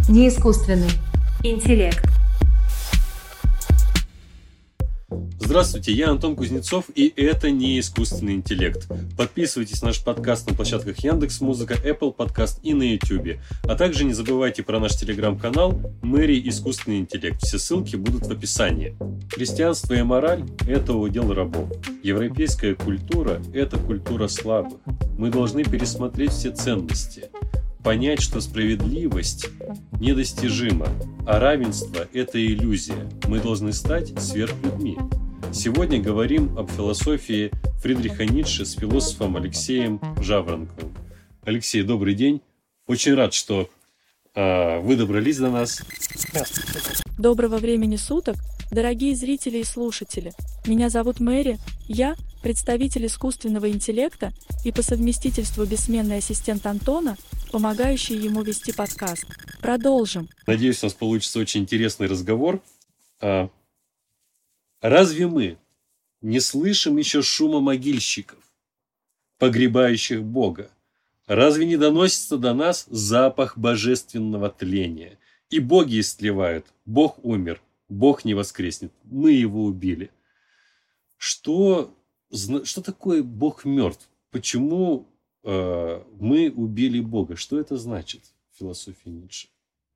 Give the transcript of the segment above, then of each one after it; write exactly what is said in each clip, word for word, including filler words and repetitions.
Неискусственный интеллект. Здравствуйте, я Антон Кузнецов, и это не искусственный интеллект. Подписывайтесь на наш подкаст на площадках Яндекс.Музыка, Apple Podcast и на YouTube. А также не забывайте про наш телеграм-канал «Мэри Искусственный интеллект». Все ссылки будут в описании. Христианство и мораль – это удел рабов. Европейская культура – это культура слабых. Мы должны пересмотреть все ценности. Понять, что справедливость недостижима, а равенство – это иллюзия. Мы должны стать сверхлюдьми. Сегодня говорим об философии Фридриха Ницше с философом Алексеем Жаворонковым. Алексей, добрый день. Очень рад, что э, вы добрались до нас. Доброго времени суток, дорогие зрители и слушатели. Меня зовут Мэри, я представитель искусственного интеллекта и по совместительству бессменный ассистент Антона, помогающий ему вести подкаст. Продолжим. Надеюсь, у нас получится очень интересный разговор. А, разве мы не слышим еще шума могильщиков, погребающих Бога? Разве не доносится до нас запах божественного тления? И боги истлевают. Бог умер, Бог не воскреснет. Мы его убили. Что, что такое Бог мертв? Почему э, мы убили Бога? Что это значит в философии Ницше?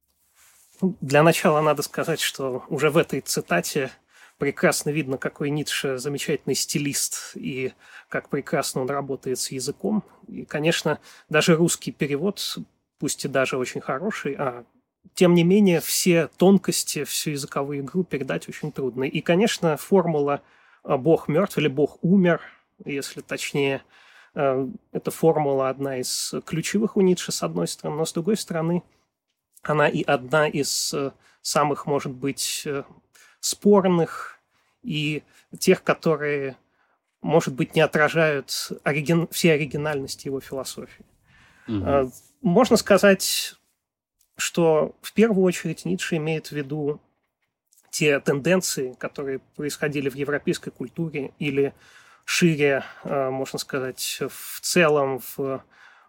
Для начала надо сказать, что уже в этой цитате прекрасно видно, какой Ницше замечательный стилист и как прекрасно он работает с языком. И, конечно, даже русский перевод, пусть и даже очень хороший, а тем не менее все тонкости, всю языковую игру передать очень трудно. И, конечно, формула «Бог мертв» или «Бог умер», если точнее, эта формула одна из ключевых у Ницше, с одной стороны, но с другой стороны, она и одна из самых, может быть, спорных и тех, которые, может быть, не отражают оригин... всей оригинальности его философии. Угу. Можно сказать, что в первую очередь Ницше имеет в виду те тенденции, которые происходили в европейской культуре или шире, можно сказать, в целом в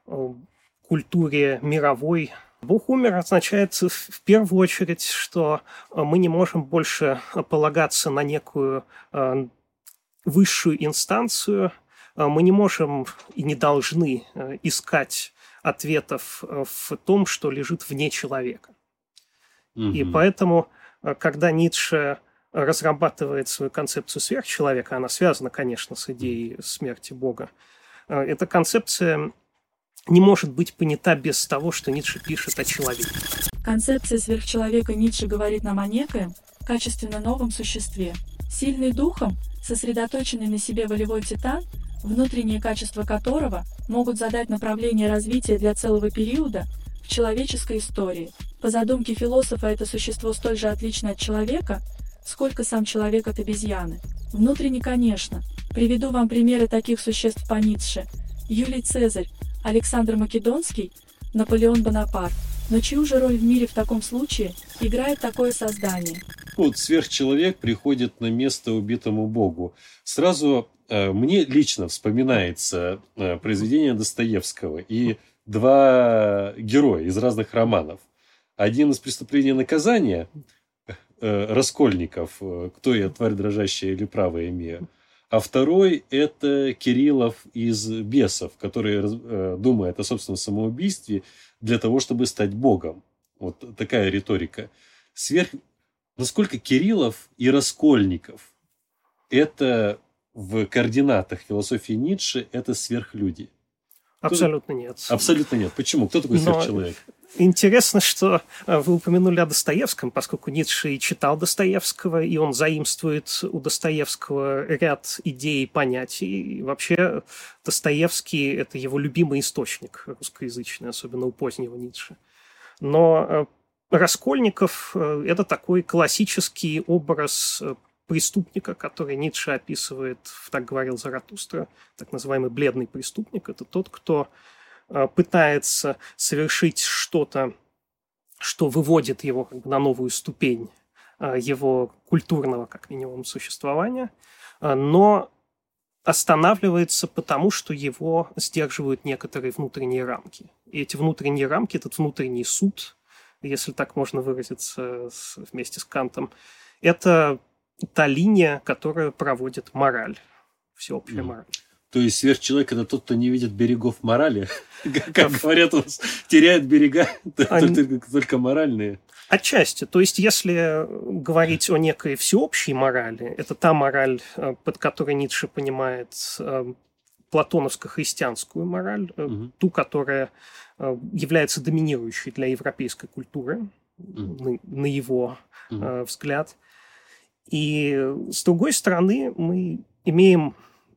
культуре мировой. Бог умер означает в первую очередь, что мы не можем больше полагаться на некую высшую инстанцию, мы не можем и не должны искать ответов в том, что лежит вне человека. Mm-hmm. И поэтому, когда Ницше разрабатывает свою концепцию сверхчеловека, она связана, конечно, с идеей смерти Бога, эта концепция не может быть понята без того, что Ницше пишет о человеке. Концепция сверхчеловека Ницше говорит нам о некоем качественно новом существе. Сильный духом, сосредоточенный на себе волевой титан, внутренние качества которого могут задать направление развития для целого периода в человеческой истории. По задумке философа, это существо столь же отлично от человека, сколько сам человек от обезьяны. Внутренне, конечно. Приведу вам примеры таких существ по Ницше. Юлий Цезарь, Александр Македонский, Наполеон Бонапарт. Но чью же роль в мире в таком случае играет такое создание? Вот сверхчеловек приходит на место убитому Богу. Сразу э, мне лично вспоминается э, произведение Достоевского и два героя из разных романов. Один из «Преступления и наказания» э, Раскольников, э, «Кто я, тварь дрожащая или право имею?», а второй – это Кириллов из «Бесов», который э, думает о собственном самоубийстве для того, чтобы стать Богом. Вот такая риторика. Сверх... Насколько Кириллов и Раскольников – это в координатах философии Ницше – это сверхлюди? Абсолютно нет. Абсолютно нет. Почему? Кто такой сверхчеловек? Интересно, что вы упомянули о Достоевском, поскольку Ницше и читал Достоевского, и он заимствует у Достоевского ряд идей и понятий. И вообще Достоевский – это его любимый источник русскоязычный, особенно у позднего Ницше. Но Раскольников – это такой классический образ преступника, который Ницше описывает в «Так говорил Заратустра», так называемый бледный преступник. Это тот, кто пытается совершить что-то, что выводит его как бы на новую ступень его культурного, как минимум, существования, но останавливается потому, что его сдерживают некоторые внутренние рамки. И эти внутренние рамки, этот внутренний суд, если так можно выразиться с, вместе с Кантом, это та линия, которая проводит мораль, всеобщая mm. мораль. То есть сверхчеловек – это тот, кто не видит берегов морали? Как говорят, у нас теряет берега только моральные. Отчасти. То есть, если говорить о некой всеобщей морали, это та мораль, под которой Ницше понимает платоновско-христианскую мораль, угу. ту, которая является доминирующей для европейской культуры, угу. на, на его угу. взгляд. И, с другой стороны, мы имеем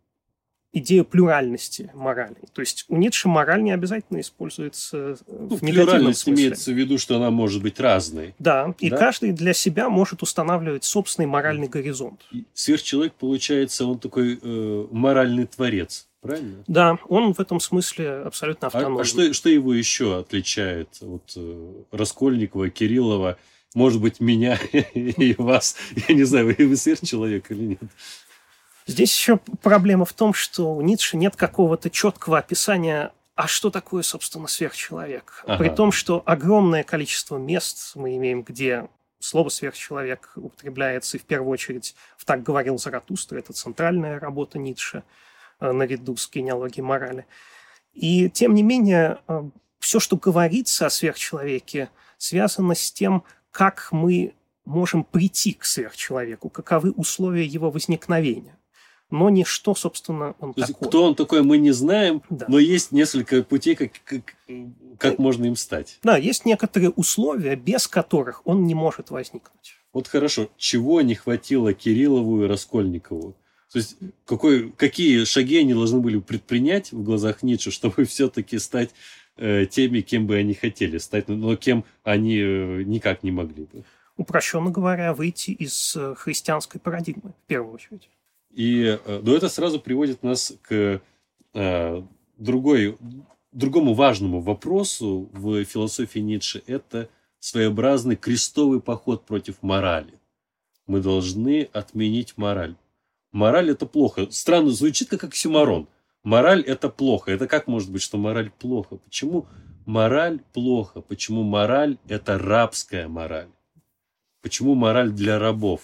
идею плюральности морали. То есть у Ницше мораль не обязательно используется ну, в негативном смысле. Имеется в виду, что она может быть разной. Да, и да? каждый для себя может устанавливать собственный моральный горизонт. И сверхчеловек, получается, он такой э, моральный творец, правильно? Да, он в этом смысле абсолютно автономный. А, а что, что его еще отличает от э, Раскольникова, Кириллова, может быть, меня и вас? Я не знаю, вы сверхчеловек или нет? Здесь еще проблема в том, что у Ницше нет какого-то четкого описания, а что такое, собственно, сверхчеловек. Ага. При том, что огромное количество мест мы имеем, где слово «сверхчеловек» употребляется, и в первую очередь в «Так говорил Заратустра», это центральная работа Ницше наряду с генеалогией морали. И, тем не менее, все, что говорится о сверхчеловеке, связано с тем, как мы можем прийти к сверхчеловеку, каковы условия его возникновения. Но не что, собственно, он То такой. Есть, кто он такой, мы не знаем, да. но есть несколько путей, как, как, как можно им стать. Да, есть некоторые условия, без которых он не может возникнуть. Вот хорошо. Чего не хватило Кириллову и Раскольникову? То есть, какой, какие шаги они должны были предпринять в глазах Ницше, чтобы все-таки стать э, теми, кем бы они хотели стать, но кем они э, никак не могли бы? Упрощенно говоря, выйти из христианской парадигмы, в первую очередь. И ну, это сразу приводит нас к э, другой, другому важному вопросу в философии Ницше. Это своеобразный крестовый поход против морали. Мы должны отменить мораль. Мораль – это плохо. Странно, звучит как оксюморон. Мораль – это плохо. Это как может быть, что мораль плохо? Почему мораль плохо? Почему мораль – это рабская мораль? Почему мораль для рабов?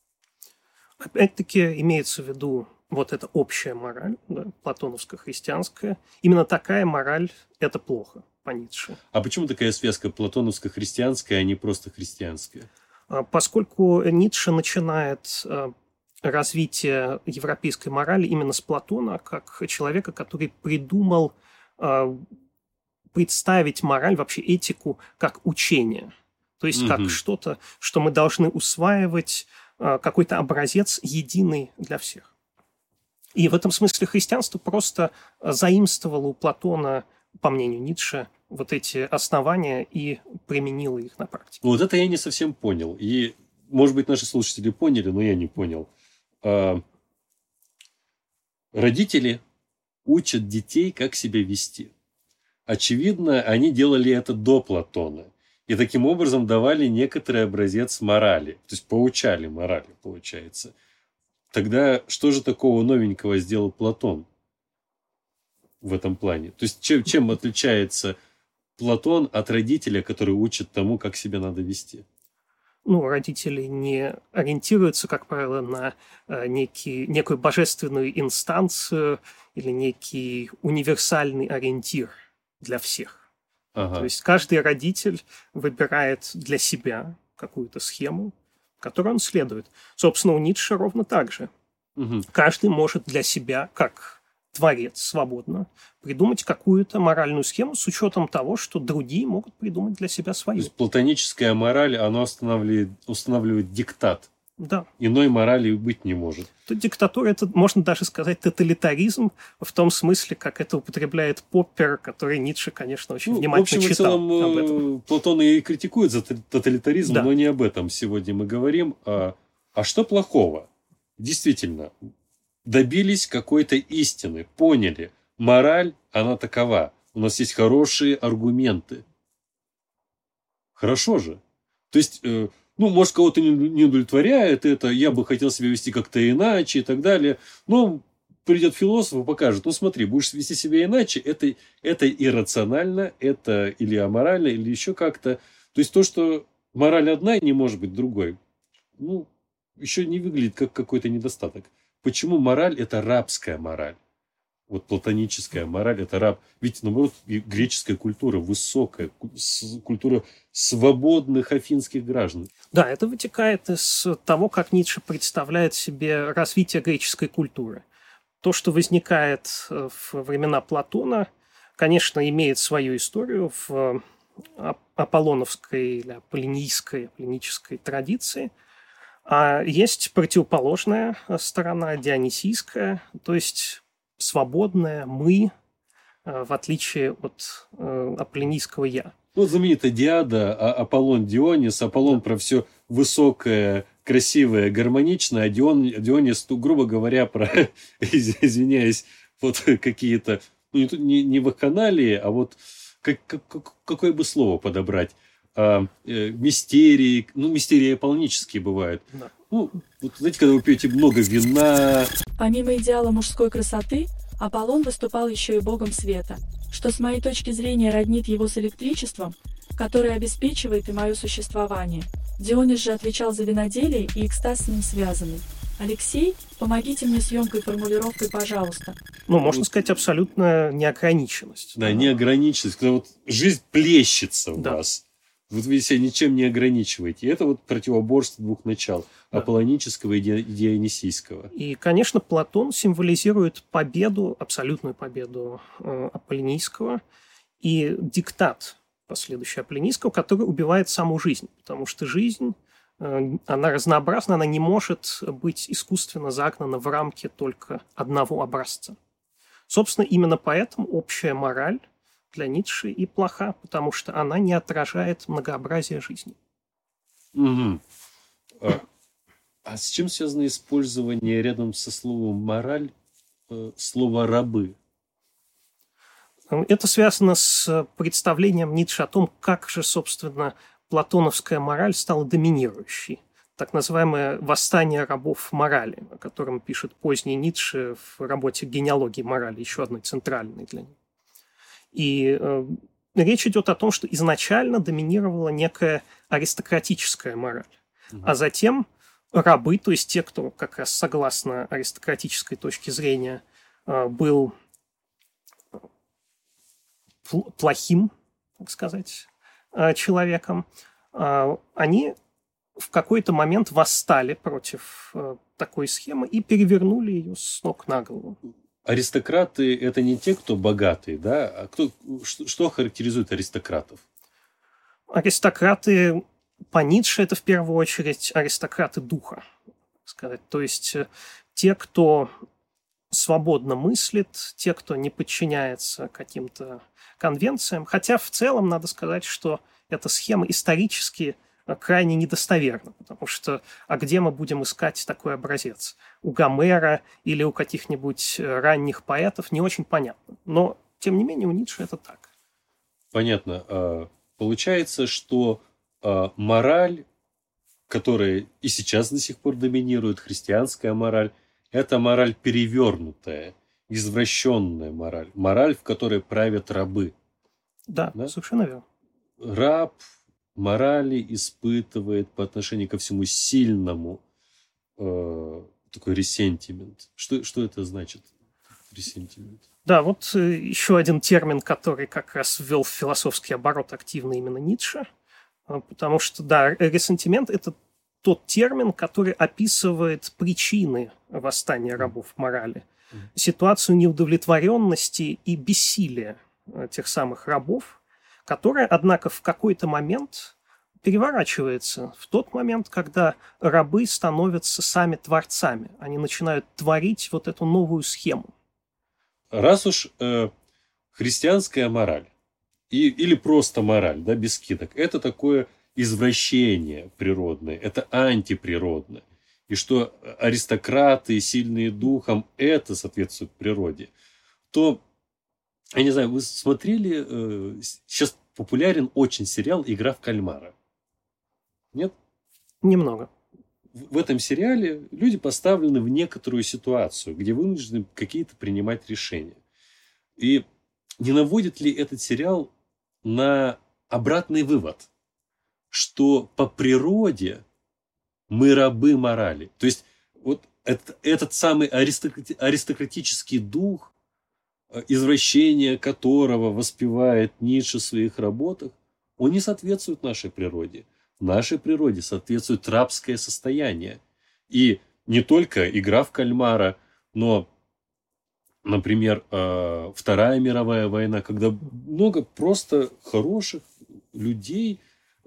Опять-таки имеется в виду вот эта общая мораль, да, платоновско-христианская. Именно такая мораль – это плохо по Ницше. А почему такая связка платоновско-христианская, а не просто христианская? Поскольку Ницше начинает развитие европейской морали именно с Платона, как человека, который придумал представить мораль, вообще этику, как учение. То есть, угу. как что-то, что мы должны усваивать, какой-то образец единый для всех. И в этом смысле христианство просто заимствовало у Платона, по мнению Ницше, вот эти основания и применило их на практике. Вот это я не совсем понял. И, может быть, наши слушатели поняли, но я не понял. Родители учат детей, как себя вести. Очевидно, они делали это до Платона. И таким образом давали некоторый образец морали. То есть поучали морали, получается. Тогда что же такого новенького сделал Платон в этом плане? То есть чем, чем отличается Платон от родителя, который учит тому, как себя надо вести? Ну, родители не ориентируются, как правило, на э, некий, некую божественную инстанцию или некий универсальный ориентир для всех. Ага. То есть каждый родитель выбирает для себя какую-то схему, которой он следует. Собственно, у Ницше ровно так же. Угу. Каждый может для себя, как творец, свободно придумать какую-то моральную схему с учетом того, что другие могут придумать для себя свою. То есть платоническая мораль, она устанавливает, устанавливает диктат. Да. Иной морали быть не может. Тут диктатура, это можно даже сказать тоталитаризм, в том смысле, как это употребляет Поппер, который Ницше, конечно, очень ну, внимательно читал. В общем, читал в целом, об этом. Платон и критикует за тоталитаризм, да. но не об этом сегодня мы говорим. А, а что плохого? Действительно, добились какой-то истины, поняли. Мораль, она такова. У нас есть хорошие аргументы. Хорошо же. То есть... Ну, может, кого-то не удовлетворяет это, я бы хотел себя вести как-то иначе и так далее. Но придет философ и покажет, ну, смотри, будешь вести себя иначе, это, это иррационально, это или аморально, или еще как-то. То есть то, что мораль одна и не может быть другой, ну, еще не выглядит как какой-то недостаток. Почему мораль – это рабская мораль? Вот платоническая мораль – это раб. Ведь, наоборот, греческая культура высокая, культура свободных афинских граждан. Да, это вытекает из того, как Ницше представляет себе развитие греческой культуры. То, что возникает в времена Платона, конечно, имеет свою историю в аполлоновской или аполлинийской, аполлинической традиции. А есть противоположная сторона, дионисийская, то есть свободное «мы», в отличие от аполлинийского «я». Вот знаменитая Диада, Аполлон Дионис. Аполлон да. про все высокое, красивое, гармоничное, а Дион, Дионис, грубо говоря, про, извиняюсь, вот какие-то, ну, не, не вакханалии, а вот как, как, какое бы слово подобрать? А, э, мистерии, ну, мистерии аполлонические бывают. Да. Ну, вот, знаете, когда вы пьете много вина. Помимо идеала мужской красоты, Аполлон выступал еще и богом света, что с моей точки зрения роднит его с электричеством, которое обеспечивает и мое существование. Дионис же отвечал за виноделие и экстаз с ним связанный. Алексей, помогите мне съемкой формулировкой, пожалуйста. Ну, можно сказать, абсолютная неограниченность. Да, неограниченность, когда вот жизнь плещется в да. вас. Вот вы себя ничем не ограничиваете. Это вот противоборство двух начал. Да. Аполлонического и дионисийского. И, конечно, Платон символизирует победу, абсолютную победу э, аполлинийского и диктат последующий аполлинийского, который убивает саму жизнь. Потому что жизнь, э, она разнообразна, она не может быть искусственно загнана в рамки только одного образца. Собственно, именно поэтому общая мораль для Ницше и плоха, потому что она не отражает многообразие жизни. Угу. А, а с чем связано использование рядом со словом «мораль» э, слова «рабы»? Это связано с представлением Ницше о том, как же, собственно, платоновская мораль стала доминирующей. Так называемое «восстание рабов морали», о котором пишет поздний Ницше в работе «Генеалогия морали», еще одной центральной для него. И э, речь идет о том, что изначально доминировала некая аристократическая мораль, mm-hmm. а затем рабы, то есть те, кто как раз согласно аристократической точке зрения э, был пл- плохим, так сказать, э, человеком, э, они в какой-то момент восстали против э, такой схемы и перевернули ее с ног на голову. Аристократы – это не те, кто богатые, да? А кто, что, что характеризует аристократов? Аристократы, по Ницше, это в первую очередь аристократы духа, так сказать. То есть те, кто свободно мыслит, те, кто не подчиняется каким-то конвенциям. Хотя в целом надо сказать, что эта схема исторически крайне недостоверно, потому что а где мы будем искать такой образец? У Гомера или у каких-нибудь ранних поэтов не очень понятно. Но, тем не менее, у Ницше это так. Понятно. Получается, что мораль, которая и сейчас до сих пор доминирует, христианская мораль, это мораль перевернутая, извращенная мораль. Мораль, в которой правят рабы. Да, да? Совершенно верно. Раб морали испытывает по отношению ко всему сильному э, такой ресентимент. Что, что это значит, ресентимент? Да, вот еще один термин, который как раз ввел в философский оборот активно именно Ницше. Потому что, да, ресентимент – это тот термин, который описывает причины восстания рабов морали. Mm. Ситуацию неудовлетворенности и бессилия тех самых рабов, которая, однако, в какой-то момент переворачивается. В тот момент, когда рабы становятся сами творцами. Они начинают творить вот эту новую схему. Раз уж э, христианская мораль, и, или просто мораль, да, без скидок, это такое извращение природное, это антиприродное. И что аристократы, сильные духом, это соответствует природе, то... Я не знаю, вы смотрели, э, сейчас популярен очень сериал «Игра в кальмара». Нет? Немного. В, в этом сериале люди поставлены в некоторую ситуацию, где вынуждены какие-то принимать решения. И не наводит ли этот сериал на обратный вывод? что по природе мы рабы морали. То есть вот этот, этот самый аристократи, аристократический дух, извращение которого воспевает Ницше в своих работах, он не соответствует нашей природе. Нашей природе соответствует рабское состояние. И не только игра в кальмара, но, например, Вторая мировая война, когда много просто хороших людей,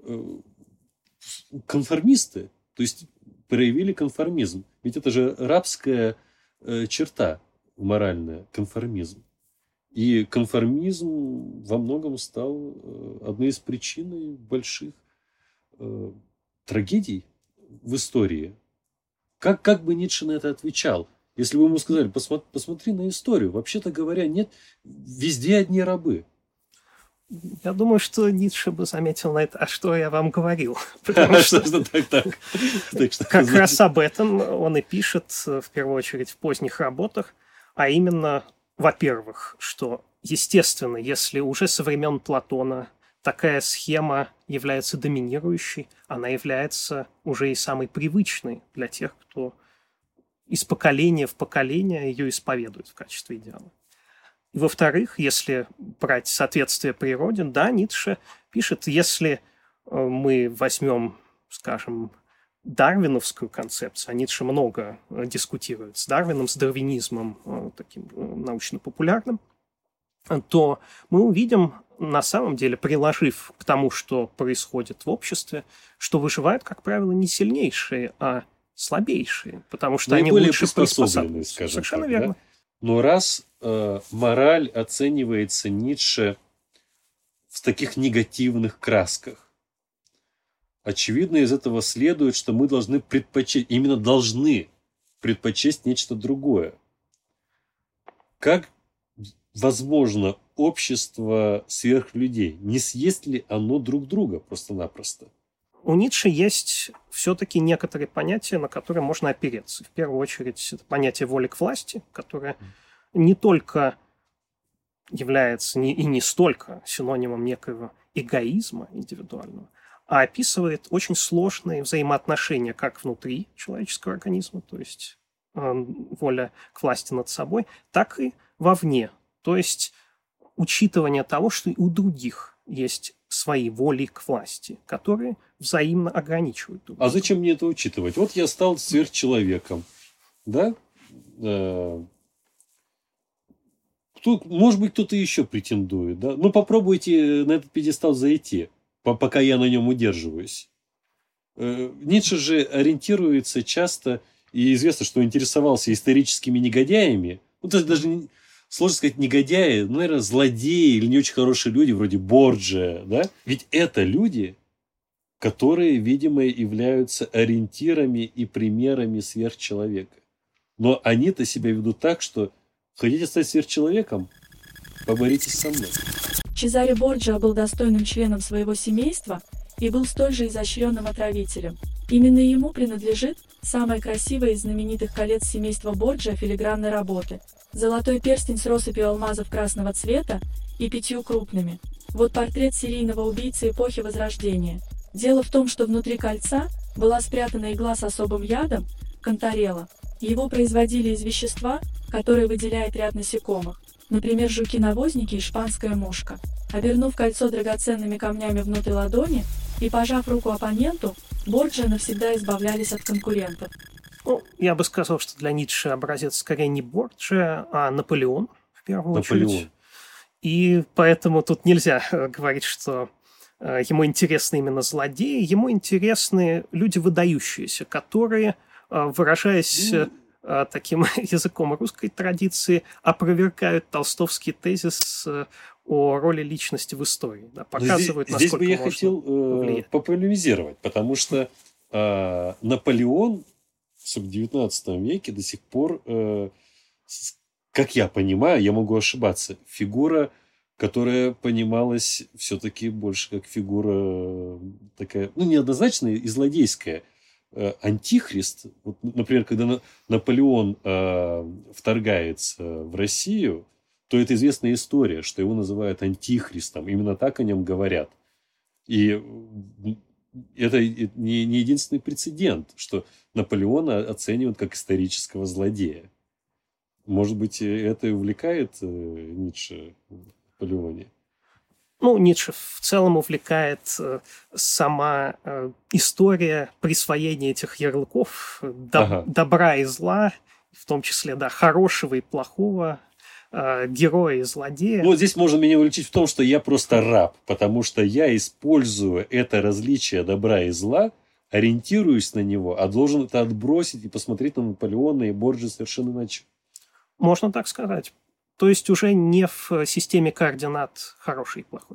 конформисты, то есть проявили конформизм. Ведь это же рабская черта моральная, конформизм. И конформизм во многом стал одной из причин больших э, трагедий в истории. Как, как бы Ницше на это отвечал? Если бы ему сказали, посмотри, посмотри на историю. Вообще-то говоря, нет, везде одни рабы. Я думаю, что Ницше бы заметил на это, а что я вам говорил? Потому что как раз об этом он и пишет, в первую очередь, в поздних работах, а именно, во-первых, что, естественно, если уже со времен Платона такая схема является доминирующей, она является уже и самой привычной для тех, кто из поколения в поколение ее исповедует в качестве идеала. И, во-вторых, если брать соответствие природе, да, Ницше пишет, если мы возьмем, скажем, дарвиновскую концепцию, а Ницше много дискутирует с Дарвином, с дарвинизмом таким научно-популярным, то мы увидим, на самом деле, приложив к тому, что происходит в обществе, что выживают, как правило, не сильнейшие, а слабейшие, потому что они лучше приспособлены. Совершенно так, верно. Да? Но раз э, мораль оценивается Ницше в таких негативных красках, очевидно, из этого следует, что мы должны предпочесть, именно должны предпочесть нечто другое. Как возможно общество сверхлюдей? Не съест ли оно друг друга просто-напросто? У Ницше есть все-таки некоторые понятия, на которые можно опереться. В первую очередь, это понятие воли к власти, которое не только является не, и не столько синонимом некого эгоизма индивидуального, а описывает очень сложные взаимоотношения как внутри человеческого организма, то есть э, воля к власти над собой, так и вовне. То есть учитывание того, что и у других есть свои воли к власти, которые взаимно ограничивают друг друга. А зачем мне это учитывать? Вот я стал сверхчеловеком, да? Тут, может быть, кто-то еще претендует, да? Ну, попробуйте на этот пьедестал зайти, пока я на нем удерживаюсь. Ницше же ориентируется часто, и известно, что интересовался историческими негодяями. Ну, то есть даже сложно сказать негодяи, ну, наверное, злодеи или не очень хорошие люди, вроде Борджиа, да? Ведь это люди, которые, видимо, являются ориентирами и примерами сверхчеловека. Но они-то себя ведут так, что хотите стать сверхчеловеком? Поборитесь со мной. Чезаре Борджиа был достойным членом своего семейства и был столь же изощренным отравителем. Именно ему принадлежит самое красивое из знаменитых колец семейства Борджиа филигранной работы. Золотой перстень с россыпью алмазов красного цвета и пятью крупными. Вот портрет серийного убийцы эпохи Возрождения. Дело в том, что внутри кольца была спрятана игла с особым ядом, кантарелла. Его производили из вещества, которое выделяет ряд насекомых, например, жуки-навозники и шпанская мушка. Обернув кольцо драгоценными камнями внутрь ладони и пожав руку оппоненту, Борджиа навсегда избавлялись от конкурентов. Ну, я бы сказал, что для Ницше образец скорее не Борджиа, а Наполеон, в первую Наполеон. очередь. И поэтому тут нельзя говорить, что э, ему интересны именно злодеи, ему интересны люди выдающиеся, которые, э, выражаясь э, таким языком русской традиции, опровергают толстовский тезис э, о роли личности в истории, да, показывают, здесь, насколько здесь бы я можно хотел повлиять. э, пополемизировать, потому что э, Наполеон в девятнадцатом веке до сих пор, э, как я понимаю, я могу ошибаться, фигура, которая понималась все-таки больше как фигура такая, ну, неоднозначная и злодейская. Э, антихрист, вот, например, когда на, Наполеон э, вторгается в Россию, то это известная история, что его называют антихристом. Именно так о нем говорят. И это не, не единственный прецедент, что Наполеона оценивают как исторического злодея. Может быть, это и увлекает э, Ницше в Наполеоне? Ну, Ницше в целом увлекает э, сама э, история присвоения этих ярлыков доб- Ага. добра и зла, в том числе, да, хорошего и плохого, э, героя и злодея. Ну, вот здесь можно меня уличить в том, что я просто раб, потому что я использую это различие добра и зла, ориентируюсь на него, а должен это отбросить и посмотреть на Наполеона и Борджиа совершенно иначе. Можно так сказать. То есть уже не в системе координат хороший и плохой.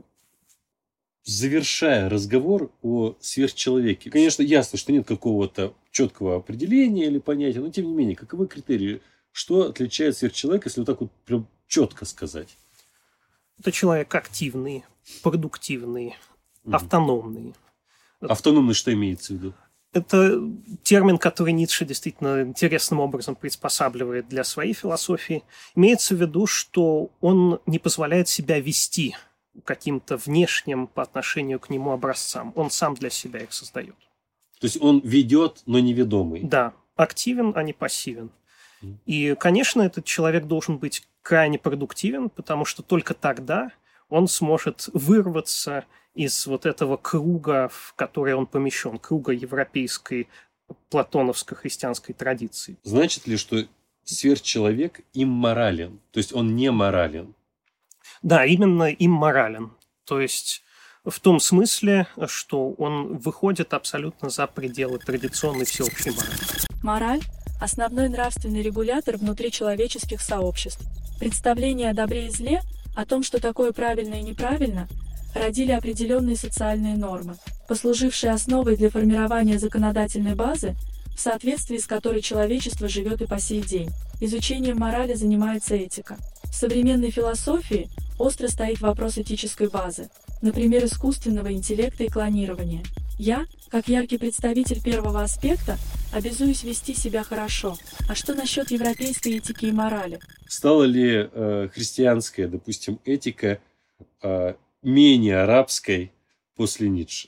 Завершая разговор о сверхчеловеке, конечно, ясно, что нет какого-то четкого определения или понятия, но тем не менее, каковы критерии, что отличает сверхчеловека, если вот так вот прям четко сказать? Это человек активный, продуктивный, Мгм. автономный. Автономный что имеется в виду? Это термин, который Ницше действительно интересным образом приспосабливает для своей философии. Имеется в виду, что он не позволяет себя вести каким-то внешним по отношению к нему образцам. Он сам для себя их создает. То есть он ведет, но не ведомый. Да, активен, а не пассивен. Мгм. И, конечно, этот человек должен быть крайне продуктивен, потому что только тогда он сможет вырваться из вот этого круга, в который он помещен, круга европейской платоновско-христианской традиции. Значит ли, что сверхчеловек имморален? То есть он не морален? Да, именно имморален. То есть в том смысле, что он выходит абсолютно за пределы традиционной всеобщей морали. Мораль – основной нравственный регулятор внутри человеческих сообществ. Представления о добре и зле, о том, что такое правильно и неправильно, родили определенные социальные нормы, послужившие основой для формирования законодательной базы, в соответствии с которой человечество живет и по сей день. Изучением морали занимается этика. В современной философии остро стоит вопрос этической базы, например, искусственного интеллекта и клонирования. Я, как яркий представитель первого аспекта, обязуюсь вести себя хорошо. А что насчет европейской этики и морали? Стала ли э, христианская, допустим, этика э, менее арабской после Ницше?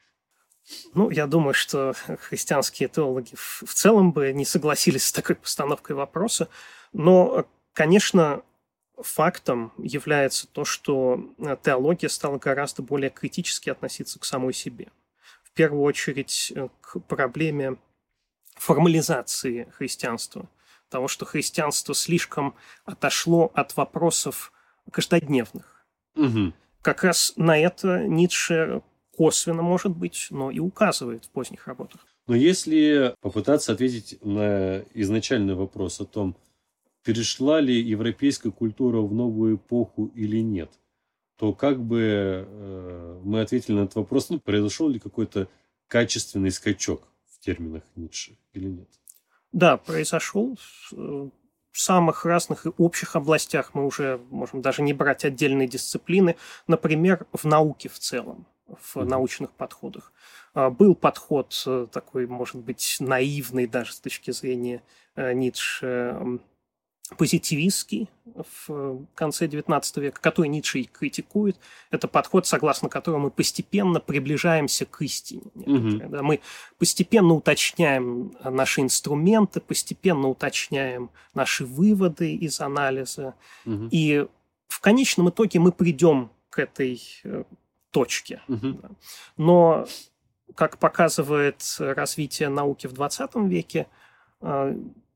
Ну, я думаю, что христианские теологи в в целом бы не согласились с такой постановкой вопроса. Но, конечно, фактом является то, что теология стала гораздо более критически относиться к самой себе. В первую очередь к проблеме формализации христианства. Того, что христианство слишком отошло от вопросов каждодневных. Угу. Как раз на это Ницше косвенно, может быть, но и указывает в поздних работах. Но если попытаться ответить на изначальный вопрос о том, перешла ли европейская культура в новую эпоху или нет, то как бы э, мы ответили на этот вопрос, ну, произошел ли какой-то качественный скачок в терминах Ницше или нет? Да, произошел. В самых разных и общих областях мы уже можем даже не брать отдельные дисциплины. Например, в науке в целом, в Мгм. научных подходах. А, Был подход э, такой, может быть, наивный даже с точки зрения э, Ницше, м, позитивистский в конце девятнадцатого века, который Ницше и критикует. Это подход, согласно которому мы постепенно приближаемся к истине. некоторой, да. Мы постепенно уточняем наши инструменты, постепенно уточняем наши выводы из анализа. Мгм. И в конечном итоге мы придем к этой э, точке. Мгм. Да. Но, как показывает развитие науки в двадцатом веке, э,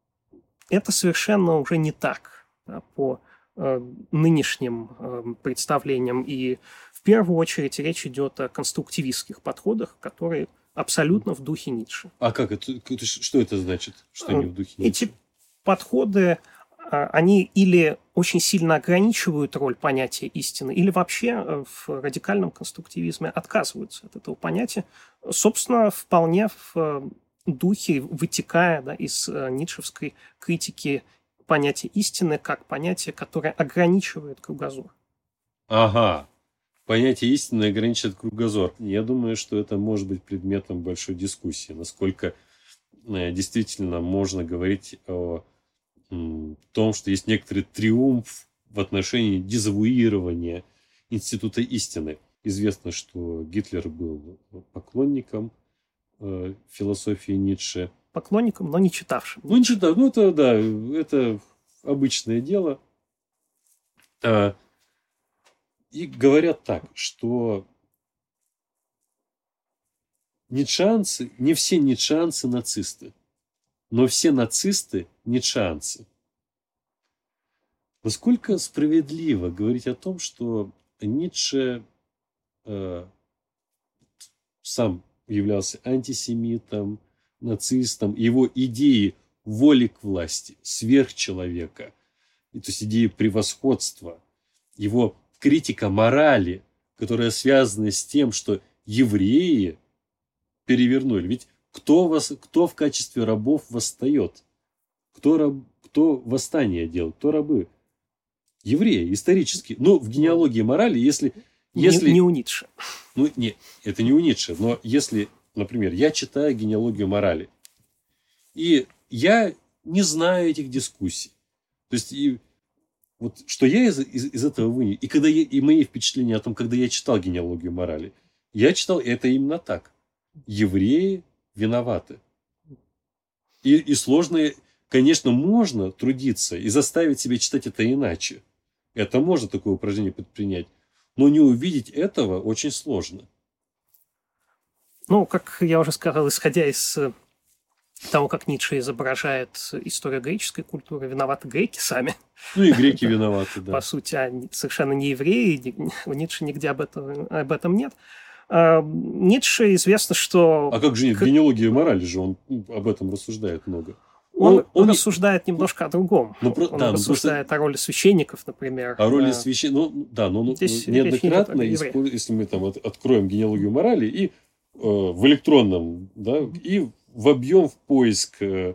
это совершенно уже не так, да, по э, нынешним э, представлениям. И в первую очередь речь идет о конструктивистских подходах, которые абсолютно в духе Ницше. А как это? это- Что это значит? Что не в духе Эти Ницше? подходы, а, они или очень сильно ограничивают роль понятия истины, или вообще э, в радикальном конструктивизме отказываются от этого понятия, собственно, вполне в э, духе, вытекая, да, из э, ницшевской критики понятия истины как понятие, которое ограничивает кругозор. Ага. Понятие истины ограничивает кругозор. Я думаю, что это может быть предметом большой дискуссии, насколько э, действительно можно говорить о м, том, что есть некоторый триумф в отношении дезавуирования института истины. Известно, что Гитлер был поклонником э, философии Ницше. Поклонником, но не читавшим. Ну, не читав, ну это да, это обычное дело. А, и говорят так, что ницшеанцы, не все ницшеанцы нацисты, но все нацисты ницшеанцы. Насколько справедливо говорить о том, что Ницше э, сам являлся антисемитом, нацистом, его идеи воли к власти, сверхчеловека, то есть идеи превосходства, его критика морали, которая связана с тем, что евреи перевернули. Ведь кто, вас, кто в качестве рабов восстает? Кто, раб, кто восстание делает? Кто рабы? Евреи, исторически. Ну, в генеалогии морали, если... если не, не у Ницше. Ну, нет, это не у Ницше. Но если, например, я читаю генеалогию морали, и я не знаю этих дискуссий. То есть, и, вот, что я из, из, из этого вынес, и, когда я, и мои впечатления о том, когда я читал генеалогию морали, я читал это именно так. Евреи виноваты. И, и сложно, конечно, можно трудиться и заставить себя читать это иначе. Это можно такое упражнение предпринять. Но не увидеть этого очень сложно. Ну, как я уже сказал, исходя из того, как Ницше изображает историю греческой культуры, виноваты греки сами. Ну и греки виноваты, да. По сути, они совершенно не евреи, у Ницше нигде об этом, об этом нет. А Ницше известно, что... А как же нет? В генеалогии морали же он об этом рассуждает много. Он, он, он рассуждает немножко о другом. Ну, про, он да, рассуждает просто... о роли священников, например. О роли священников. Ну, да, но Здесь неоднократно, если мы там откроем генеалогию морали и э, в электронном, да, и вобьем в поиск э,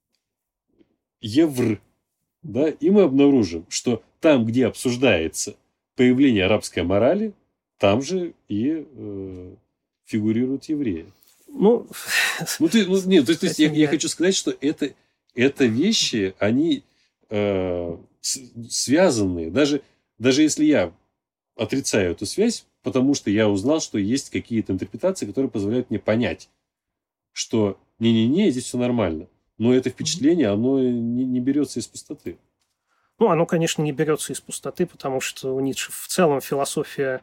евр, да, и мы обнаружим, что там, где обсуждается появление арабской морали, там же и э, фигурируют евреи. Ну, ну, ты, ну нет, то есть, то есть я, я хочу сказать, что это, это вещи, они э, с, связанные. Даже, даже если я отрицаю эту связь, потому что я узнал, что есть какие-то интерпретации, которые позволяют мне понять, что не-не-не, здесь все нормально. Но это впечатление, оно не, не берется из пустоты. Ну, оно, конечно, не берется из пустоты, потому что у Ницше в целом философия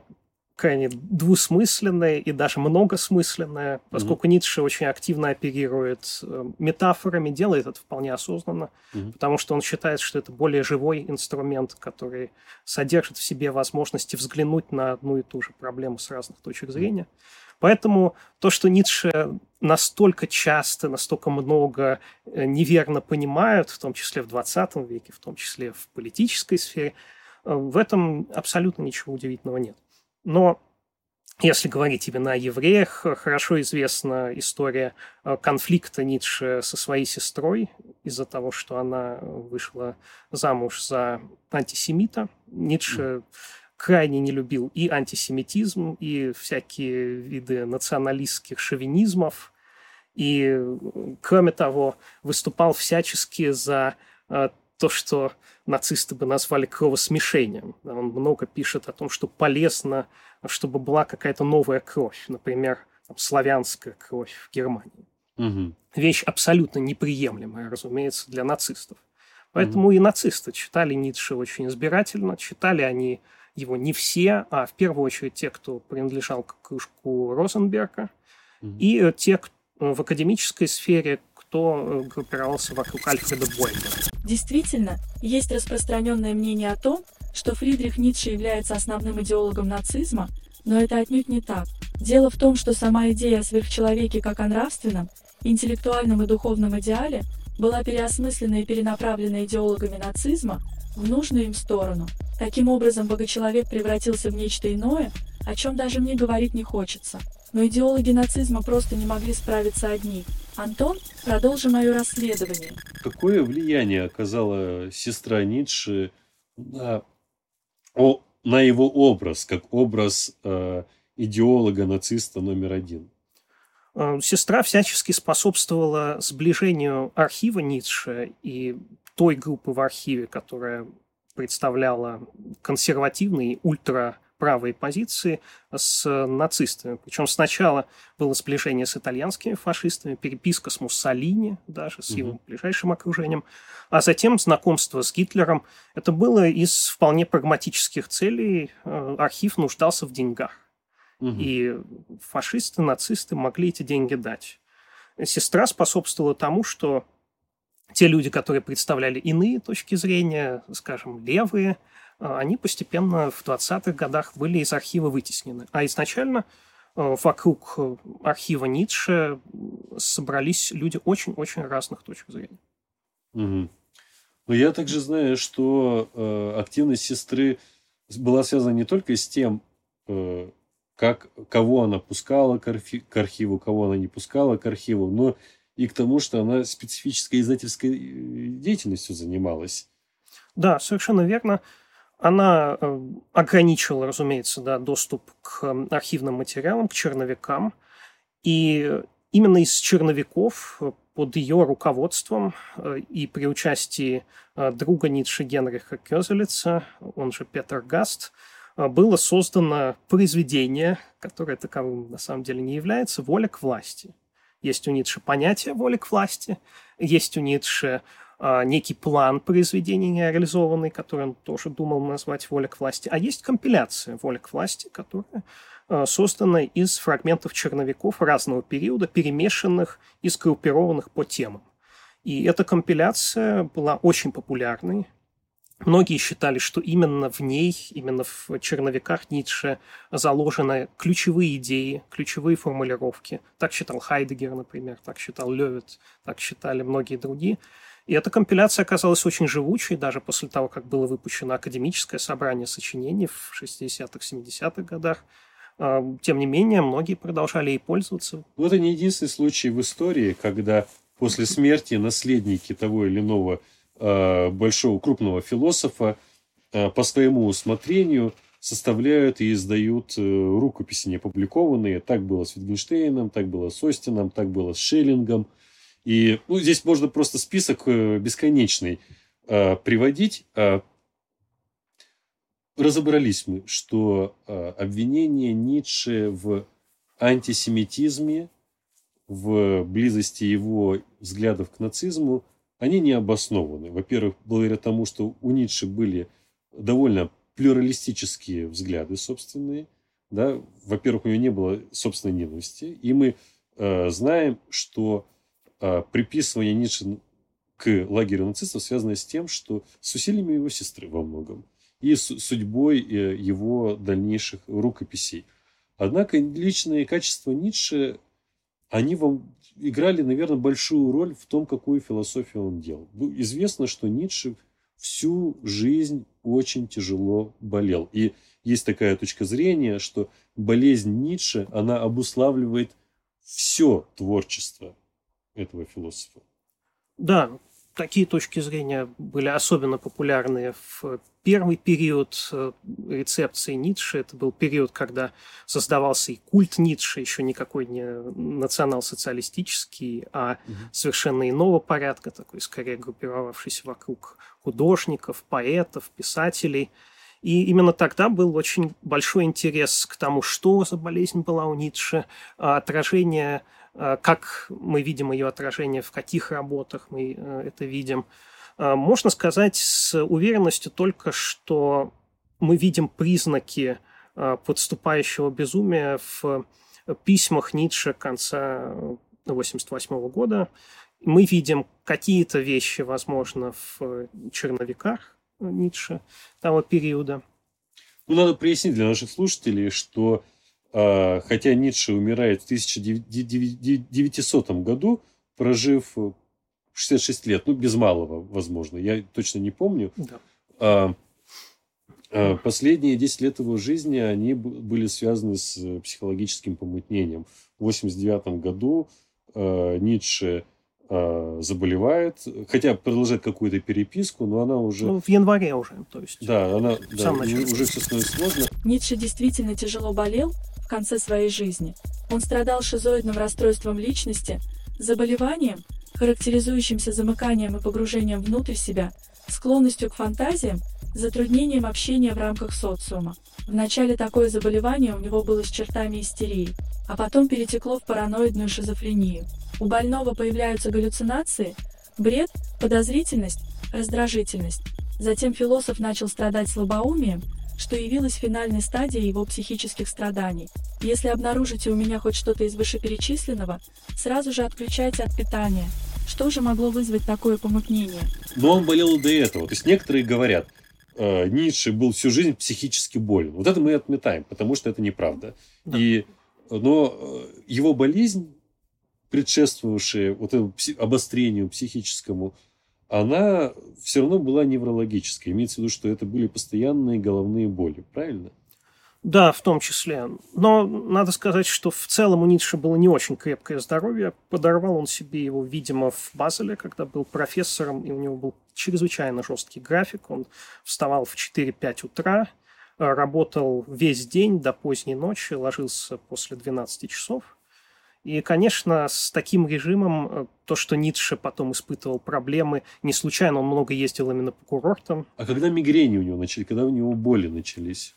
крайне двусмысленная и даже многосмысленная, поскольку mm-hmm. Ницше очень активно оперирует метафорами, делает это вполне осознанно, mm-hmm. потому что он считает, что это более живой инструмент, который содержит в себе возможности взглянуть на одну и ту же проблему с разных точек зрения. Mm-hmm. Поэтому то, что Ницше настолько часто, настолько много неверно понимают, в том числе в двадцатом веке, в том числе в политической сфере, в этом абсолютно ничего удивительного нет. Но если говорить именно о евреях, хорошо известна история конфликта Ницше со своей сестрой из-за того, что она вышла замуж за антисемита. Ницше крайне не любил и антисемитизм, и всякие виды националистских шовинизмов. И, кроме того, выступал всячески за то, что нацисты бы назвали кровосмешением. Он много пишет о том, что полезно, чтобы была какая-то новая кровь, например, там, славянская кровь в Германии. Угу. Вещь абсолютно неприемлемая, разумеется, для нацистов. Поэтому угу. и нацисты читали Ницше очень избирательно. Читали они его не все, а в первую очередь те, кто принадлежал к кружку Розенберга, угу. и те, кто в академической сфере, кто группировался вокруг Альфреда Бойля. Действительно, есть распространенное мнение о том, что Фридрих Ницше является основным идеологом нацизма, но это отнюдь не так. Дело в том, что сама идея о сверхчеловеке как о нравственном, интеллектуальном и духовном идеале была переосмыслена и перенаправлена идеологами нацизма в нужную им сторону. Таким образом, богочеловек превратился в нечто иное, о чем даже мне говорить не хочется. Но идеологи нацизма просто не могли справиться одни. Антон, продолжи мое расследование. Какое влияние оказала сестра Ницше на, о, на его образ, как образ э, идеолога-нациста номер один? Сестра всячески способствовала сближению архива Ницше и той группы в архиве, которая представляла консервативный, ультра правые позиции с нацистами. Причем сначала было сближение с итальянскими фашистами, переписка с Муссолини, даже с его ближайшим окружением, а затем знакомство с Гитлером. Это было из вполне прагматических целей. Архив нуждался в деньгах. Угу. И фашисты, нацисты могли эти деньги дать. Сестра способствовала тому, что те люди, которые представляли иные точки зрения, скажем, левые, они постепенно в двадцатых годах были из архива вытеснены. А изначально вокруг архива Ницше собрались люди очень-очень разных точек зрения. Угу. Но я также знаю, что э, активность сестры была связана не только с тем, э, как, кого она пускала к, архи- к архиву, кого она не пускала к архиву, но и к тому, что она специфической издательской деятельностью занималась. Да, совершенно верно. Она э, ограничивала, разумеется, да, доступ к архивным материалам, к черновикам. И именно из черновиков под ее руководством э, и при участии э, друга Ницше Генриха Кёзелица, он же Петер Гаст, было создано произведение, которое таковым на самом деле не является, «Воля к власти». Есть у Ницше понятие воли к власти, есть у Ницше а, некий план произведения нереализованный, который он тоже думал назвать «Воля к власти», а есть компиляция «Воля к власти», которая а, создана из фрагментов черновиков разного периода, перемешанных и сгруппированных по темам. И эта компиляция была очень популярной. Многие считали, что именно в ней, именно в черновиках Ницше заложены ключевые идеи, ключевые формулировки. Так считал Хайдеггер, например, так считал Лёвит, так считали многие другие. И эта компиляция оказалась очень живучей, даже после того, как было выпущено академическое собрание сочинений в шестидесятых, семидесятых годах. Тем не менее, многие продолжали ей пользоваться. Но это не единственный случай в истории, когда после смерти наследники того или иного большого крупного философа по своему усмотрению составляют и издают рукописи неопубликованные. Так было с Wittgenstein'ом, так было с Остином, так было с Шеллингом. И ну, здесь можно просто список бесконечный приводить. Разобрались мы, что обвинение Ницше в антисемитизме, в близости его взглядов к нацизму, они не обоснованы. Во-первых, благодаря тому, что у Ницше были довольно плюралистические взгляды собственные. Да? Во-первых, у него не было собственной ненависти. И мы э, знаем, что э, приписывание Ницше к лагерю нацистов связано с тем, что с усилиями его сестры во многом. И с судьбой э, его дальнейших рукописей. Однако личные качества Ницше, они вам играли, наверное, большую роль в том, какую философию он делал. Известно, что Ницше всю жизнь очень тяжело болел. И есть такая точка зрения, что болезнь Ницше, она обуславливает все творчество этого философа. Да, такие точки зрения были особенно популярны в первый период рецепции Ницше. Это был период, когда создавался и культ Ницше, еще никакой не национал-социалистический, а угу. совершенно иного порядка, такой скорее группировавшийся вокруг художников, поэтов, писателей. И именно тогда был очень большой интерес к тому, что за болезнь была у Ницше, отражение, как мы видим ее отражение, в каких работах мы это видим. Можно сказать с уверенностью только, что мы видим признаки подступающего безумия в письмах Ницше конца восемьдесят восьмого года. Мы видим какие-то вещи, возможно, в черновиках Ницше того периода. Ну, надо прояснить для наших слушателей, что э, хотя Ницше умирает в тысяча девятисотом году, прожив шестьдесят шесть лет, ну, без малого, возможно, я точно не помню. Да. А, а, последние десять лет его жизни, они были связаны с психологическим помутнением. В восемьдесят девятом году а, Ницше а, заболевает, хотя продолжает какую-то переписку, но она уже... Ну, в январе уже, то есть. Да, она да, уже все становится сложно. Ницше действительно тяжело болел в конце своей жизни. Он страдал шизоидным расстройством личности, заболеванием, характеризующимся замыканием и погружением внутрь себя, склонностью к фантазиям затруднением общения в рамках социума. Вначале такое заболевание у него было с чертами истерии, а потом перетекло в параноидную шизофрению. У больного появляются галлюцинации, бред, подозрительность, раздражительность. Затем философ начал страдать слабоумием, что явилось финальной стадией его психических страданий. Если обнаружите у меня хоть что-то из вышеперечисленного, сразу же отключайте от питания. Что же могло вызвать такое помутнение? Но он болел и до этого. То есть некоторые говорят, э, Ницше был всю жизнь психически болен. Вот это мы отметаем, потому что это неправда. Да. И, но э, его болезнь, предшествовавшая вот этому пси- обострению психическому, она все равно была неврологической. Имеется в виду, что это были постоянные головные боли. Правильно? Да, в том числе. Но надо сказать, что в целом у Ницше было не очень крепкое здоровье. Подорвал он себе его, видимо, в Базеле, когда был профессором, и у него был чрезвычайно жесткий график. Он вставал в четыре-пять утра, работал весь день до поздней ночи, ложился после двенадцати часов. И, конечно, с таким режимом то, что Ницше потом испытывал проблемы, не случайно он много ездил именно по курортам. А когда мигрени у него начались, когда у него боли начались?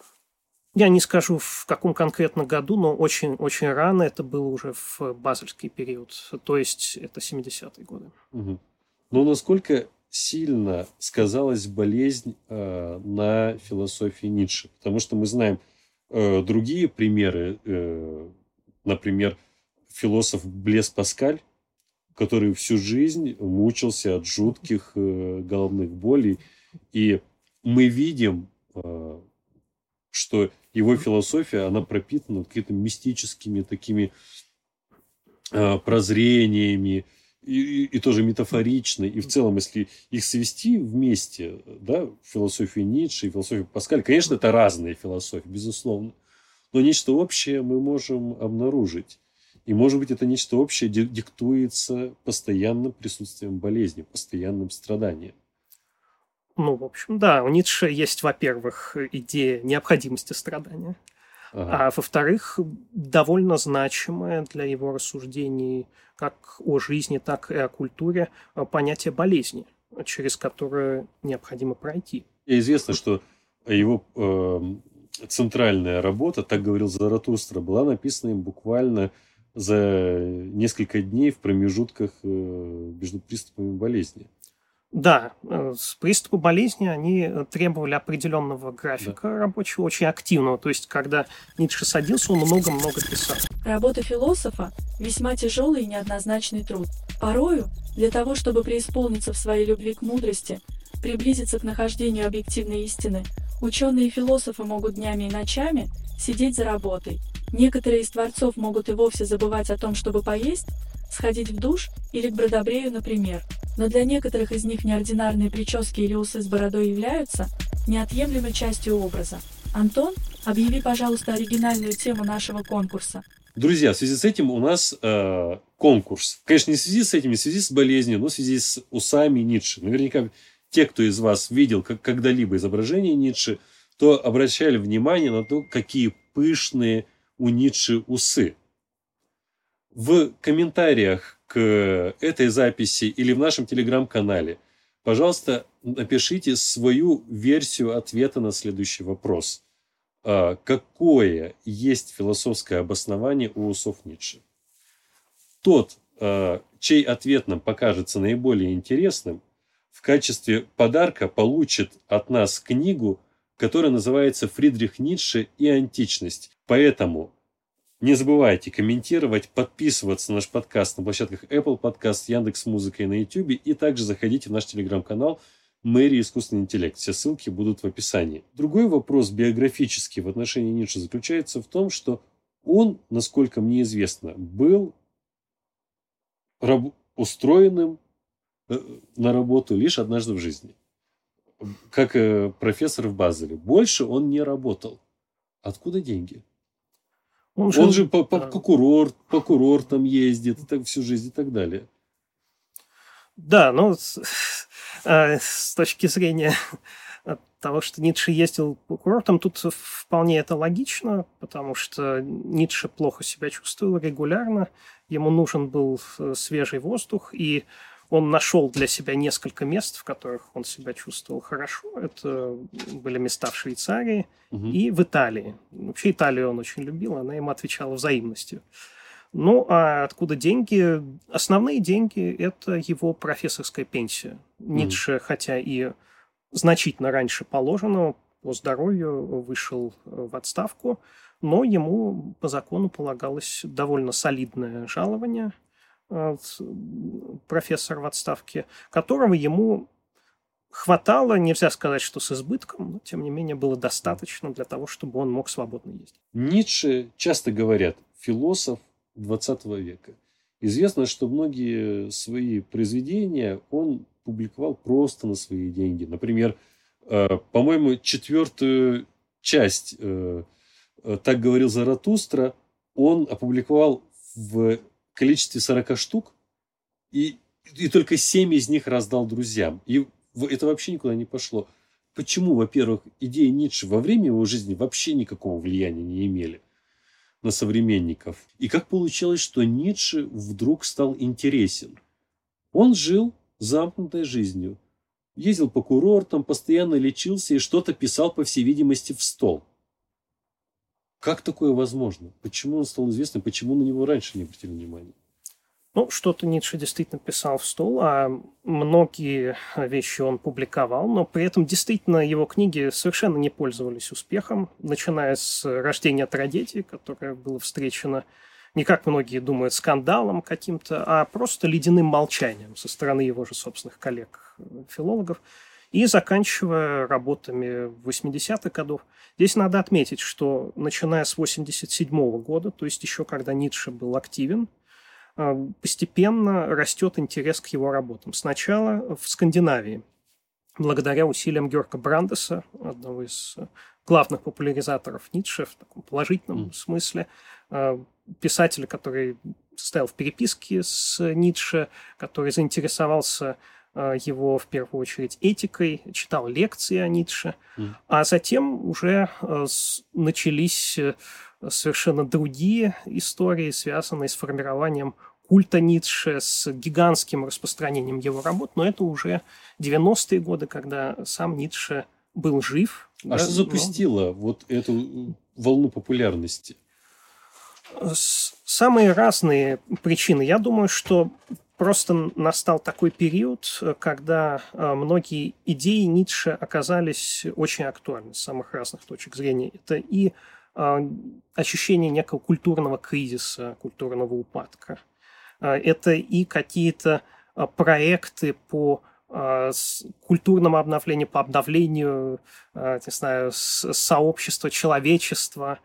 Я не скажу, в каком конкретно году, но очень-очень рано, это было уже в базельский период, то есть это семидесятые годы. Угу. Но насколько сильно сказалась болезнь э, на философии Ницше? Потому что мы знаем э, другие примеры, э, например, философ Блес Паскаль, который всю жизнь мучился от жутких э, головных болей, и мы видим, э, что его философия, она пропитана какими-то мистическими такими э, прозрениями, и, и, и тоже метафоричной. И в целом, если их свести вместе, да, философию Ницше и философию Паскаля, конечно, это разные философии, безусловно. Но нечто общее мы можем обнаружить. И, может быть, это нечто общее диктуется постоянным присутствием болезни, постоянным страданием. Ну, в общем, да, у Ницше есть, во-первых, идея необходимости страдания, ага. А во-вторых, довольно значимое для его рассуждений как о жизни, так и о культуре понятие болезни, через которое необходимо пройти. И известно, что его э, центральная работа, так говорил Заратустра, была написана им буквально за несколько дней в промежутках э, между приступами болезни. Да, с приступы болезни они требовали определенного графика да. рабочего, очень активного. То есть, когда Ницше садился, он много-много писал. Работа философа – весьма тяжелый и неоднозначный труд. Порою, для того, чтобы преисполниться в своей любви к мудрости, приблизиться к нахождению объективной истины, ученые и философы могут днями и ночами сидеть за работой. Некоторые из творцов могут и вовсе забывать о том, чтобы поесть, сходить в душ или к Бродобрею, например. Но для некоторых из них неординарные прически или усы с бородой являются неотъемлемой частью образа. Антон, объяви, пожалуйста, оригинальную тему нашего конкурса. Друзья, в связи с этим у нас э, конкурс. Конечно, не в связи с этим, не в связи с болезнью, но в связи с усами Ницше. Наверняка те, кто из вас видел как, когда-либо изображение Ницше, то обращали внимание на то, какие пышные у Ницше усы. В комментариях к этой записи или в нашем телеграм-канале, пожалуйста, напишите свою версию ответа на следующий вопрос. Какое есть философское обоснование у усов Ницше? Тот, чей ответ нам покажется наиболее интересным, в качестве подарка получит от нас книгу, которая называется «Фридрих Ницше и античность». Поэтому не забывайте комментировать, подписываться на наш подкаст на площадках Apple Podcast, Яндекс.Музыка и на YouTube. И также заходите в наш телеграм-канал «Мэрия. Искусственный интеллект». Все ссылки будут в описании. Другой вопрос биографический в отношении Ницше заключается в том, что он, насколько мне известно, был раб- устроенным э, на работу лишь однажды в жизни. Как э, профессор в Базеле. Больше он не работал. Откуда деньги? Он же, он же по, по, по, курорт, по курортам ездит так, всю жизнь и так далее. Да, ну, с, э, с точки зрения того, что Ницше ездил по курортам, тут вполне это логично, потому что Ницше плохо себя чувствовал регулярно, ему нужен был свежий воздух, и он нашел для себя несколько мест, в которых он себя чувствовал хорошо. Это были места в Швейцарии угу. и в Италии. Вообще Италию он очень любил, она ему отвечала взаимностью. Ну, а откуда деньги? Основные деньги – это его профессорская пенсия. Mm. Ницше, хотя и значительно раньше положенного, по здоровью вышел в отставку, но ему по закону полагалось довольно солидное жалование профессора в отставке, которого ему хватало, нельзя сказать, что с избытком, но, тем не менее, было достаточно для того, чтобы он мог свободно ездить. Ницше, часто говорят, философ двадцатого века. Известно, что многие свои произведения он публиковал просто на свои деньги. Например, э, по-моему, четвертую часть э, «Так говорил Заратустра» он опубликовал в количестве сорока штук, и, и только семь из них раздал друзьям. И это вообще никуда не пошло. Почему, во-первых, идеи Ницше во время его жизни вообще никакого влияния не имели на современников? И как получилось, что Ницше вдруг стал интересен? Он жил замкнутой жизнью. Ездил по курортам, постоянно лечился и что-то писал, по всей видимости, в стол. Как такое возможно? Почему он стал известным? Почему на него раньше не обратили внимания? Ну, что-то Ницше действительно писал в стол, а многие вещи он публиковал, но при этом действительно его книги совершенно не пользовались успехом, начиная с «Рождения трагедии», которое было встречено не как многие думают скандалом каким-то, а просто ледяным молчанием со стороны его же собственных коллег-филологов, и заканчивая работами восьмидесятых годов. Здесь надо отметить, что начиная с восемьдесят седьмого года, то есть еще когда Ницше был активен, постепенно растет интерес к его работам. Сначала в Скандинавии, благодаря усилиям Георга Брандеса, одного из главных популяризаторов Ницше в таком положительном mm. смысле, писателя, который состоял в переписке с Ницше, который заинтересовался его, в первую очередь, этикой, читал лекции о Ницше, mm. а затем уже начались совершенно другие истории, связанные с формированием культа Ницше, с гигантским распространением его работ, но это уже девяностые годы, когда сам Ницше был жив. А да, что запустило но... вот эту волну популярности? Самые разные причины. Я думаю, что просто настал такой период, когда многие идеи Ницше оказались очень актуальны с самых разных точек зрения. Это и ощущение некого культурного кризиса, культурного упадка. Это и какие-то проекты по культурному обновлению, по обновлению, не знаю, сообщества, человечества.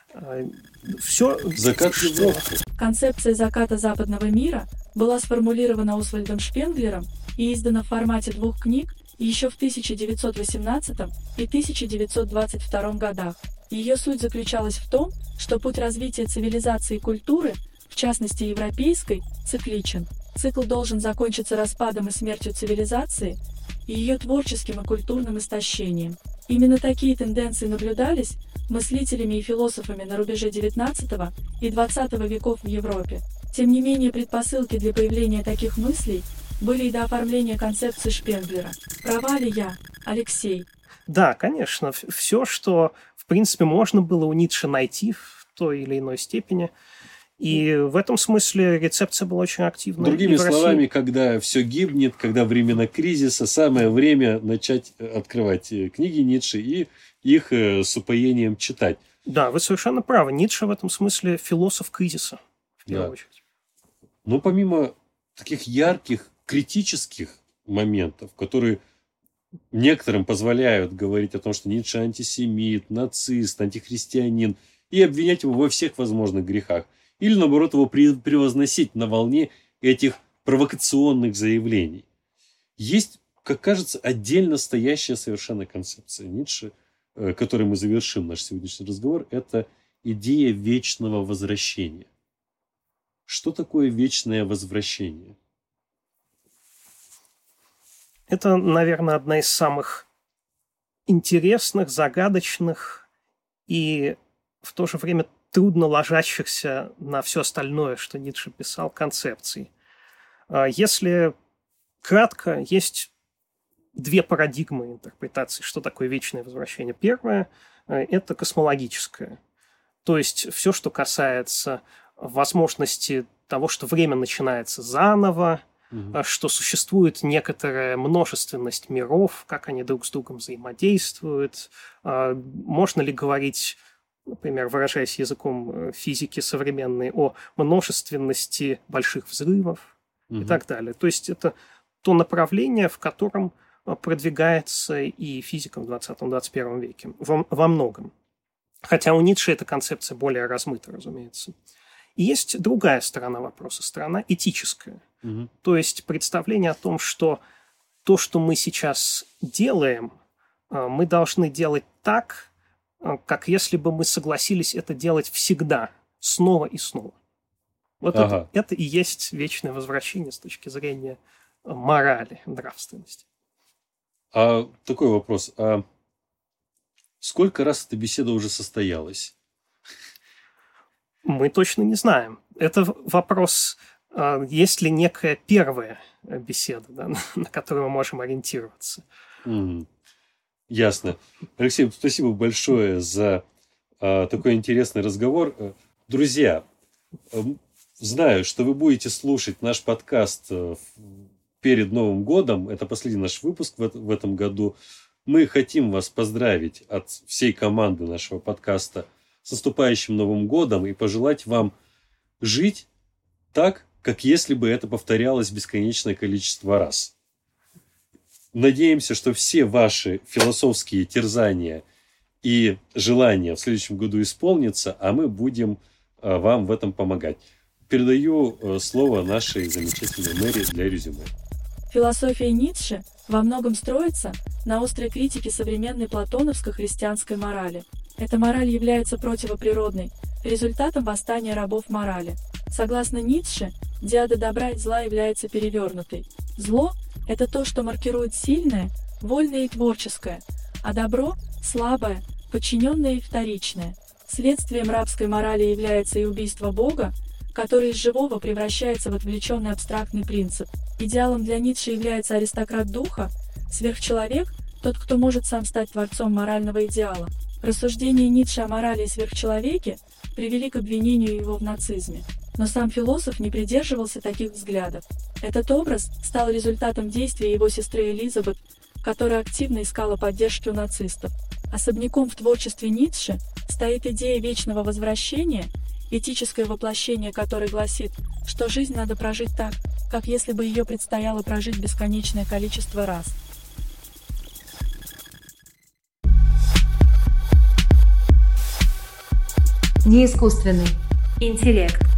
Все. Закат Европы. Концепция заката западного мира была сформулирована Освальдом Шпенглером и издана в формате двух книг еще в тысяча девятьсот восемнадцатом и тысяча девятьсот двадцать втором годах. Ее суть заключалась в том, что путь развития цивилизации и культуры, в частности европейской, цикличен. Цикл должен закончиться распадом и смертью цивилизации и ее творческим и культурным истощением. Именно такие тенденции наблюдались мыслителями и философами на рубеже девятнадцатого и двадцатого веков в Европе. Тем не менее, предпосылки для появления таких мыслей были и до оформления концепции Шпенглера. Права ли я, Алексей? Да, конечно. Все, что, в принципе, можно было у Ницше найти в той или иной степени. И в этом смысле рецепция была очень активна. Другими словами, когда все гибнет, когда времена кризиса, самое время начать открывать книги Ницше и их с упоением читать. Да, вы совершенно правы. Ницше в этом смысле философ кризиса, в первую да. очередь. Но помимо таких ярких, критических моментов, которые некоторым позволяют говорить о том, что Ницше антисемит, нацист, антихристианин, и обвинять его во всех возможных грехах, или, наоборот, его превозносить на волне этих провокационных заявлений. Есть, как кажется, отдельно стоящая совершенно концепция Ницше, которой мы завершим наш сегодняшний разговор, это идея вечного возвращения. Что такое вечное возвращение? Это, наверное, одна из самых интересных, загадочных и в то же время трудно ложащихся на все остальное, что Ницше писал, концепций. Если Кратко, есть две парадигмы интерпретации, что такое вечное возвращение. Первое – это космологическое. То есть все, что касается возможности того, что время начинается заново, угу. что существует некоторая множественность миров, как они друг с другом взаимодействуют. Можно ли говорить, например, выражаясь языком физики современной, о множественности больших взрывов угу. и так далее. То есть это то направление, в котором продвигается и физика в двадцатом-двадцать первом веке во, во многом. Хотя у Ницше эта концепция более размыта, разумеется. И есть другая сторона вопроса, сторона этическая. Угу. То есть представление о том, что то, что мы сейчас делаем, мы должны делать так, как если бы мы согласились это делать всегда, снова и снова. Вот ага. это, это и есть вечное возвращение с точки зрения морали, нравственности. А такой вопрос. А сколько раз эта беседа уже состоялась? Мы точно не знаем. Это вопрос, есть ли некая первая беседа, да, на которую мы можем ориентироваться. Mm. Ясно. Алексей, спасибо большое за а, такой интересный разговор. Друзья, знаю, что вы будете слушать наш подкаст перед Новым годом. Это последний наш выпуск в, в этом году. Мы хотим вас поздравить от всей команды нашего подкаста с наступающим Новым годом и пожелать вам жить так, как если бы это повторялось бесконечное количество раз. Надеемся, что все ваши философские терзания и желания в следующем году исполнятся, а мы будем а, вам в этом помогать. Передаю а, слово нашей замечательной Мэри для резюме. Философия Ницше во многом строится на острой критике современной платоновско-христианской морали. Эта мораль является противоприродной, результатом восстания рабов морали. Согласно Ницше, диада добра и зла является перевернутой. Зло – это то, что маркирует сильное, вольное и творческое, а добро – слабое, подчиненное и вторичное. Следствием рабской морали является и убийство Бога, который из живого превращается в отвлеченный абстрактный принцип. Идеалом для Ницше является аристократ духа, сверхчеловек, тот, кто может сам стать творцом морального идеала. Рассуждения Ницше о морали и сверхчеловеке привели к обвинению его в нацизме. Но сам философ не придерживался таких взглядов. Этот образ стал результатом действия его сестры Элизабет, которая активно искала поддержки у нацистов. Особняком в творчестве Ницше стоит идея вечного возвращения, этическое воплощение которой гласит, что жизнь надо прожить так, как если бы ее предстояло прожить бесконечное количество раз. Неискусственный интеллект.